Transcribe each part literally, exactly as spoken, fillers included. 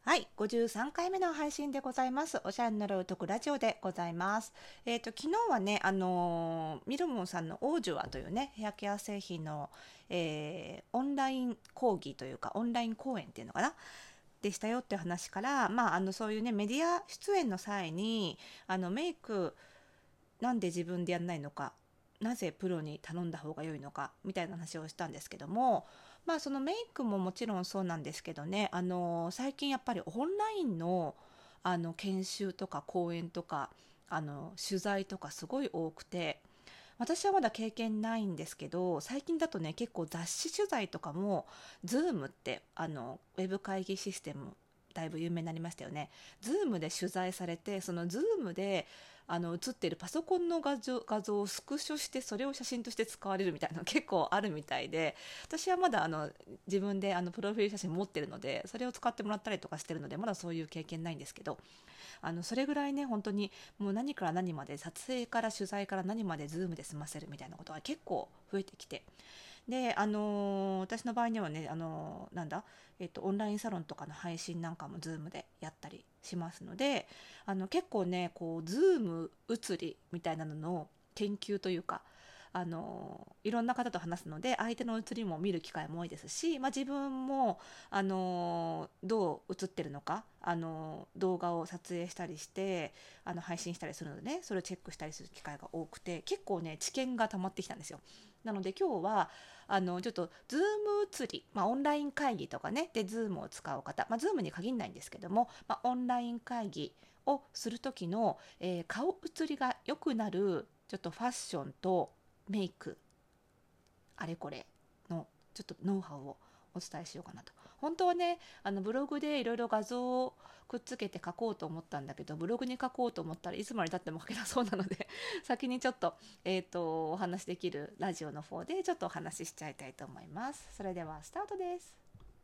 はい、ごじゅうさんかいめの配信でございます。おしゃれの呪いを解くラジオでございます。えっ、と、昨日はね、あのーミルモンさんのオージュアというね、ヘアケア製品の、えーオンライン講義というか、オンライン講演っていうのかなでしたよっていう話から、まあ、あの、そういうね、メディア出演の際に、あの、メイク、なんで自分でやんないのか、なぜプロに頼んだ方が良いのかみたいな話をしたんですけども、まあそのメイクももちろんそうなんですけどね、あの最近やっぱりオンラインのあの研修とか講演とかあの取材とかすごい多くて、私はまだ経験ないんですけど、最近だとね結構雑誌取材とかも Zoom ってあのウェブ会議システムだいぶ有名になりましたよね。 Zoom で取材されて、その Zoom であの写っているパソコンの画像、画像をスクショしてそれを写真として使われるみたいなの結構あるみたいで、私はまだあの自分であのプロフィール写真持ってるのでそれを使ってもらったりとかしてるのでまだそういう経験ないんですけど、あのそれぐらいね本当にもう何から何まで、撮影から取材から何まで Zoom で済ませるみたいなことが結構増えてきて、で、あのー私の場合にはね、あのーなんだ、えっと、オンラインサロンとかの配信なんかも Zoom でやったりしますので、あの結構ねこう Zoom 移りみたいなのの研究というか、あのいろんな方と話すので相手の写りも見る機会も多いですし、まあ、自分も、あのどう写ってるのか、あの動画を撮影したりしてあの配信したりするのでね、それをチェックしたりする機会が多くて、結構ね知見が溜まってきたんですよ。なので今日はあのちょっと Zoom 移り、まあ、オンライン会議とかねで Zoom を使う方、まあ、Zoom に限らないんですけども、まあ、オンライン会議をする時の、えー顔写りが良くなるちょっとファッションとメイクあれこれのちょっとノウハウをお伝えしようかなと。本当はねあのブログでいろいろ画像をくっつけて書こうと思ったんだけど、ブログに書こうと思ったらいつまでたっても書けなそうなので先にちょっと,、えー、とお話できるラジオの方でちょっとお話ししちゃいたいと思います。それではスタートです。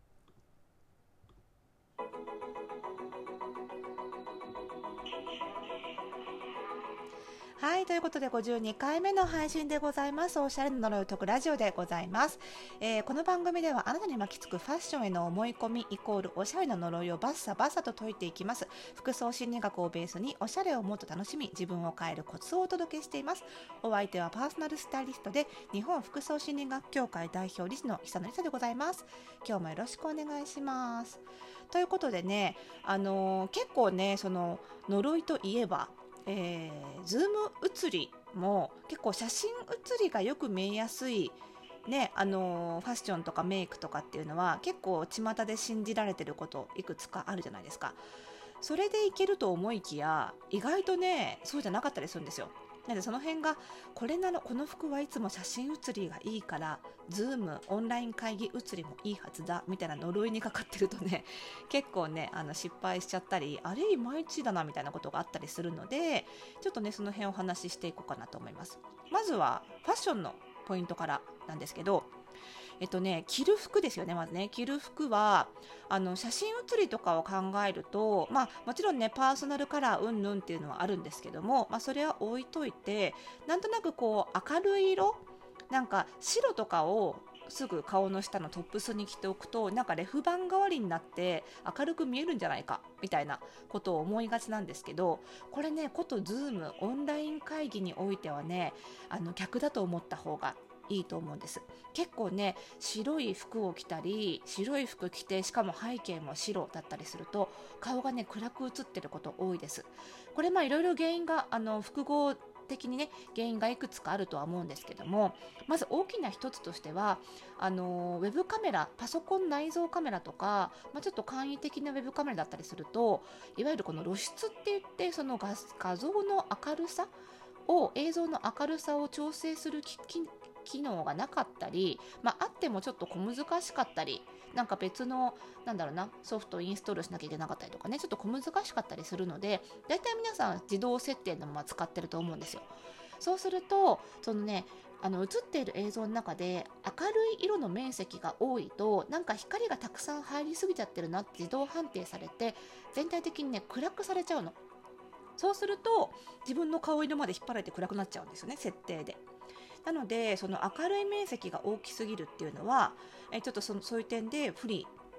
はい、ということでごじゅうにかいめの配信でございます。おしゃれの呪いを解くラジオでございます。えーこの番組ではあなたに巻きつくファッションへの思い込みイコールおしゃれの呪いをバッサバッサと解いていきます。服装心理学をベースにおしゃれをもっと楽しみ自分を変えるコツをお届けしています。お相手はパーソナルスタイリストで日本服装心理学協会代表理事の久野理沙でございます。今日もよろしくお願いします。ということでね、あのー結構ねその呪いといえば、えー、ズーム写りも結構写真写りがよく見えやすい、ね、あのーファッションとかメイクとかっていうのは結構巷で信じられてることいくつかあるじゃないですか。それでいけると思いきや意外とねそうじゃなかったりするんですよ。なのでその辺が、これなのこの服はいつも写真写りがいいからズームオンライン会議写りもいいはずだみたいな呪いにかかってるとね結構ねあの失敗しちゃったり、あれいまいちだなみたいなことがあったりするので、ちょっとねその辺をお話ししていこうかなと思います。まずはファッションのポイントからなんですけど、えっとね、着る服ですよね。まずね着る服はあの写真写りとかを考えると、まあ、もちろんねパーソナルカラーうんぬんっていうのはあるんですけども、まあ、それは置いといて、なんとなくこう明るい色、なんか白とかをすぐ顔の下のトップスに着ておくと、なんかレフ板代わりになって明るく見えるんじゃないかみたいなことを思いがちなんですけど、これねことズームオンライン会議においてはね、あの逆だと思った方がいいと思うんです。結構ね白い服を着たり、白い服着てしかも背景も白だったりすると顔がね暗く映ってること多いです。これまあいろいろ原因があの複合的にね原因がいくつかあるとは思うんですけども、まず大きな一つとしてはあのウェブカメラ、パソコン内蔵カメラとか、まあ、ちょっと簡易的なウェブカメラだったりすると、いわゆるこの露出って言ってその画画像の明るさを映像の明るさを調整する機機能がなかったり、まあ、あってもちょっと小難しかったり、なんか別のなんだろうなソフトをインストールしなきゃいけなかったりとかね、ちょっと小難しかったりするので、だいたい皆さん自動設定のまま使ってると思うんですよ。そうするとそのねあの映っている映像の中で明るい色の面積が多いと、なんか光がたくさん入りすぎちゃってるなって自動判定されて、全体的にね暗くされちゃうの。そうすると自分の顔色まで引っ張られて暗くなっちゃうんですよね、設定で。なのでその明るい面積が大きすぎるっていうのは、えちょっとそのそういう点で不利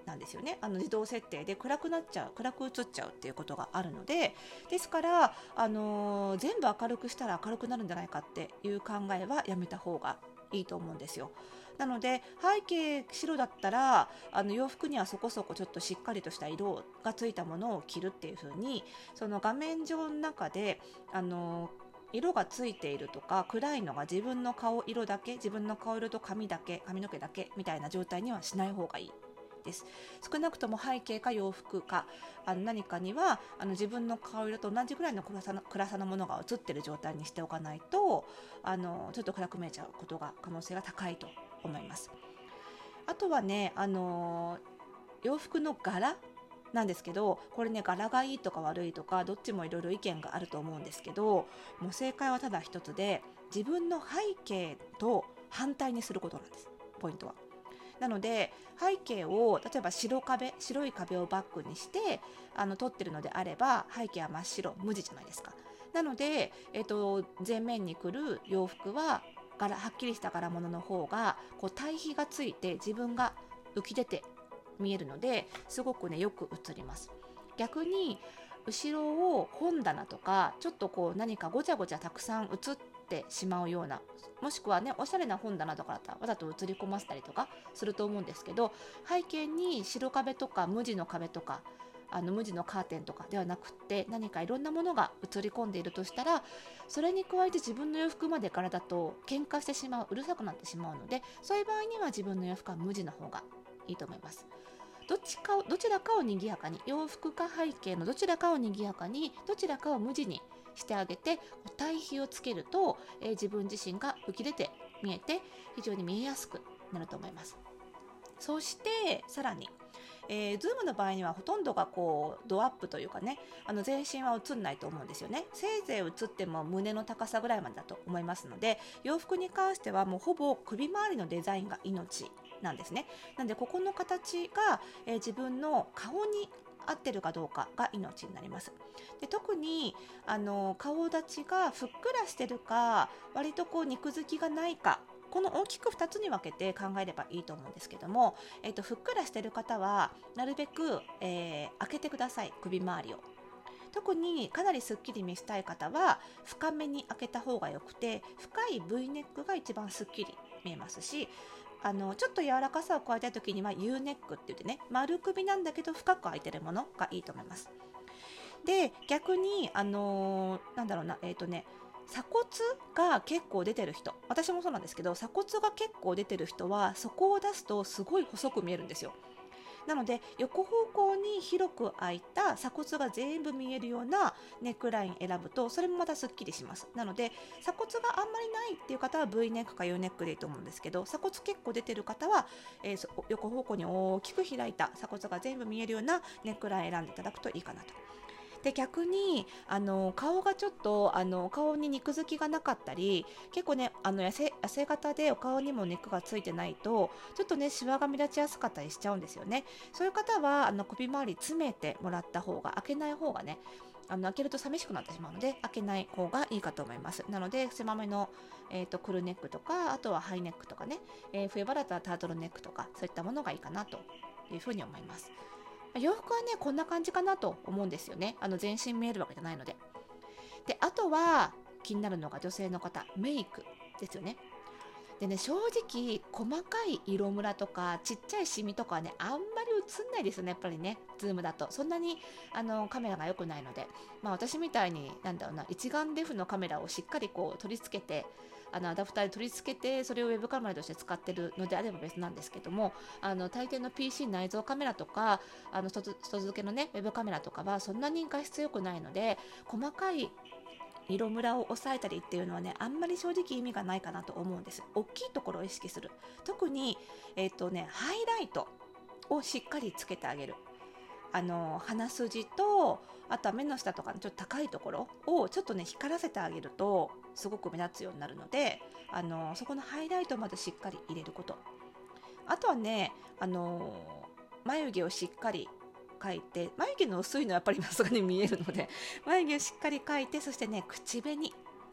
なんですよね。あの自動設定で暗くなっちゃう、暗く映っちゃうっていうことがあるので、ですから、あのー全部明るくしたら明るくなるんじゃないかっていう考えはやめた方がいいと思うんですよ。なので背景白だったら、あの洋服にはそこそこちょっとしっかりとした色がついたものを着るっていう風に、その画面上の中であの色がついているとか暗いのが自分の顔色だけ、自分の顔色と髪だけ、髪の毛だけみたいな状態にはしない方がいいです。少なくとも背景か洋服かあの何かにはあの自分の顔色と同じぐらいの暗さの、暗さのものが映っている状態にしておかないと、あのちょっと暗く見えちゃうことが可能性が高いと思います。あとはね、あの洋服の柄なんですけど、これね、柄がいいとか悪いとかどっちもいろいろ意見があると思うんですけど、もう正解はただ一つで、自分の背景と反対にすることなんです、ポイントは。なので背景を例えば白壁白い壁をバックにしてあの撮ってるのであれば、背景は真っ白無地じゃないですか。なので、えっと、前面に来る洋服は柄はっきりした柄物の方がこう対比がついて自分が浮き出て見えるので、すごくねよく映ります。逆に後ろを本棚とかちょっとこう何かごちゃごちゃたくさん映ってしまうような、もしくはねおしゃれな本棚とかだったらわざと映り込ませたりとかすると思うんですけど、背景に白壁とか無地の壁とかあの無地のカーテンとかではなくって、何かいろんなものが映り込んでいるとしたら、それに加えて自分の洋服まで柄だと喧嘩してしまう、うるさくなってしまうので、そういう場合には自分の洋服は無地の方がいいと思います。どっちかをどちらかを賑やかに、洋服か背景のどちらかを賑やかに、どちらかを無地にしてあげて対比をつけると、えー、自分自身が浮き出て見えて非常に見えやすくなると思います。そしてさらに、えー、ズームの場合にはほとんどがこうドアップというかね、あの全身は映んないと思うんですよね。せいぜい映っても胸の高さぐらいまでだと思いますので、洋服に関してはもうほぼ首周りのデザインが命なんですね。なのでここの形が、えー、自分の顔に合ってるかどうかが命になります。で特にあの顔立ちがふっくらしてるか、割とこう肉付きがないか、この大きくふたつに分けて考えればいいと思うんですけども、えっと、ふっくらしている方はなるべく、えー、開けてください、首周りを。特にかなりすっきり見せたい方は深めに開けた方がよくて、深い V ネックが一番すっきり見えますし、あのちょっと柔らかさを加えたい時には U ネックって言ってね、丸首なんだけど深く開いてるものがいいと思います。で逆にあのー、なんだろうなえっとね鎖骨が結構出てる人、私もそうなんですけど、鎖骨が結構出てる人はそこを出すとすごい細く見えるんですよ。なので横方向に広く開いた鎖骨が全部見えるようなネックライン選ぶと、それもまたすっきりします。なので鎖骨があんまりないっていう方は V ネックか U ネックでいいと思うんですけど、鎖骨結構出てる方は、えー、横方向に大きく開いた鎖骨が全部見えるようなネックライン選んでいただくといいかなと。で逆にあの顔がちょっとあの顔に肉付きがなかったり、結構ねあの痩せ痩せ型でお顔にも肉がついてないとちょっとねシワが目立ちやすかったりしちゃうんですよね。そういう方はあの首周り詰めてもらった方が、開けない方がね、あの開けると寂しくなってしまうので開けない方がいいかと思います。なので狭めの、えー、とクルネックとか、あとはハイネックとかね、えー、冬場だったらタートルネックとか、そういったものがいいかなというふうに思います。洋服はねこんな感じかなと思うんですよね。あの全身見えるわけじゃないので。であとは気になるのが女性の方、メイクですよね。でね正直細かい色ムラとかちっちゃいシミとかはねあんまり映んないですよね、やっぱりね。ズームだとそんなにあのカメラが良くないので、まあ、私みたいになんだろうな一眼レフのカメラをしっかりこう取り付けて、あのアダプターで取り付けてそれをウェブカメラとして使ってるのであれば別なんですけども、あの大抵の ピーシー 内蔵カメラとかあの外付けのねウェブカメラとかはそんなに画質良くないので、細かい色ムラを抑えたりっていうのはねあんまり正直意味がないかなと思うんです。大きいところを意識する、特に、えーとね、ハイライトをしっかりつけてあげる。あの鼻筋とあとは目の下とかのちょっと高いところをちょっとね光らせてあげるとすごく目立つようになるので、あのそこのハイライトまでしっかり入れること。あとはねあの眉毛をしっかり描いて、眉毛の薄いのはやっぱりさすがに見えるので眉毛をしっかり描いて、そしてね口紅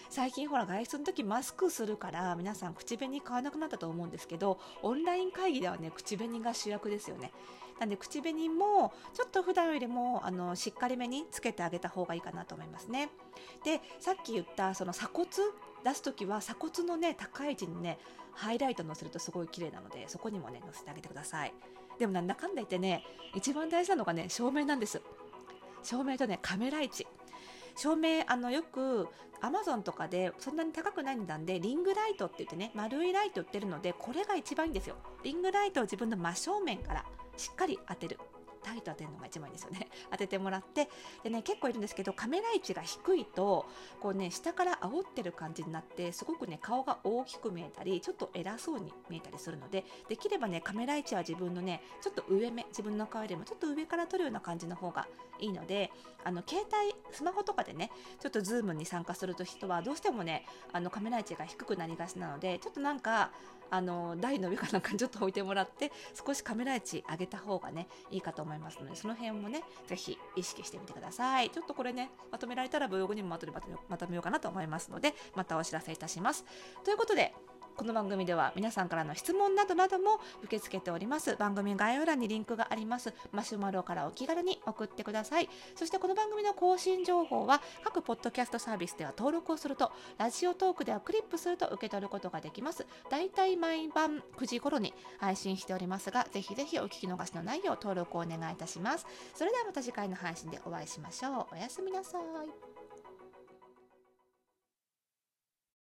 最近ほら外出の時マスクするから皆さん口紅買わなくなったと思うんですけど、オンライン会議ではね口紅が主役ですよね。なんで口紅もちょっと普段よりもあのしっかりめにつけてあげた方がいいかなと思いますね。でさっき言ったその鎖骨出す時は鎖骨のね高い位置にねハイライトのせるとすごい綺麗なので、そこにもねのせてあげてください。でもなんだかんだ言ってね一番大事なのがね照明なんです。照明とねカメラ位置。照明あのよくアマゾンとかでそんなに高くない値段でリングライトって言ってね丸いライト売ってるので、これが一番いいんですよ。リングライトを自分の真正面からしっかり当てる。ライト当てるのが一番いいですよね。当ててもらって、でね結構いるんですけど、カメラ位置が低いとこうね下から煽ってる感じになってすごくね顔が大きく見えたりちょっと偉そうに見えたりするので、できればねカメラ位置は自分のねちょっと上目、自分の顔よりもちょっと上から撮るような感じの方がいいので、あの携帯スマホとかでねちょっとズームに参加すると人はどうしてもねあのカメラ位置が低くなりがちなので、ちょっとなんかあの台の上かなんかにちょっと置いてもらって少しカメラ位置上げた方がねいいかと思いますので、その辺もねぜひ意識してみてください。ちょっとこれねまとめられたらブログにも後でまとめようかなと思いますので、またお知らせいたします。ということでこの番組では皆さんからの質問などなども受け付けております。番組概要欄にリンクがありますマシュマロからお気軽に送ってください。そしてこの番組の更新情報は各ポッドキャストサービスでは登録をすると、ラジオトークではクリップすると受け取ることができます。だいたい毎晩くじ頃に配信しておりますが、ぜひぜひお聞き逃しのないよう登録をお願いいたします。それではまた次回の配信でお会いしましょう。おやすみなさい。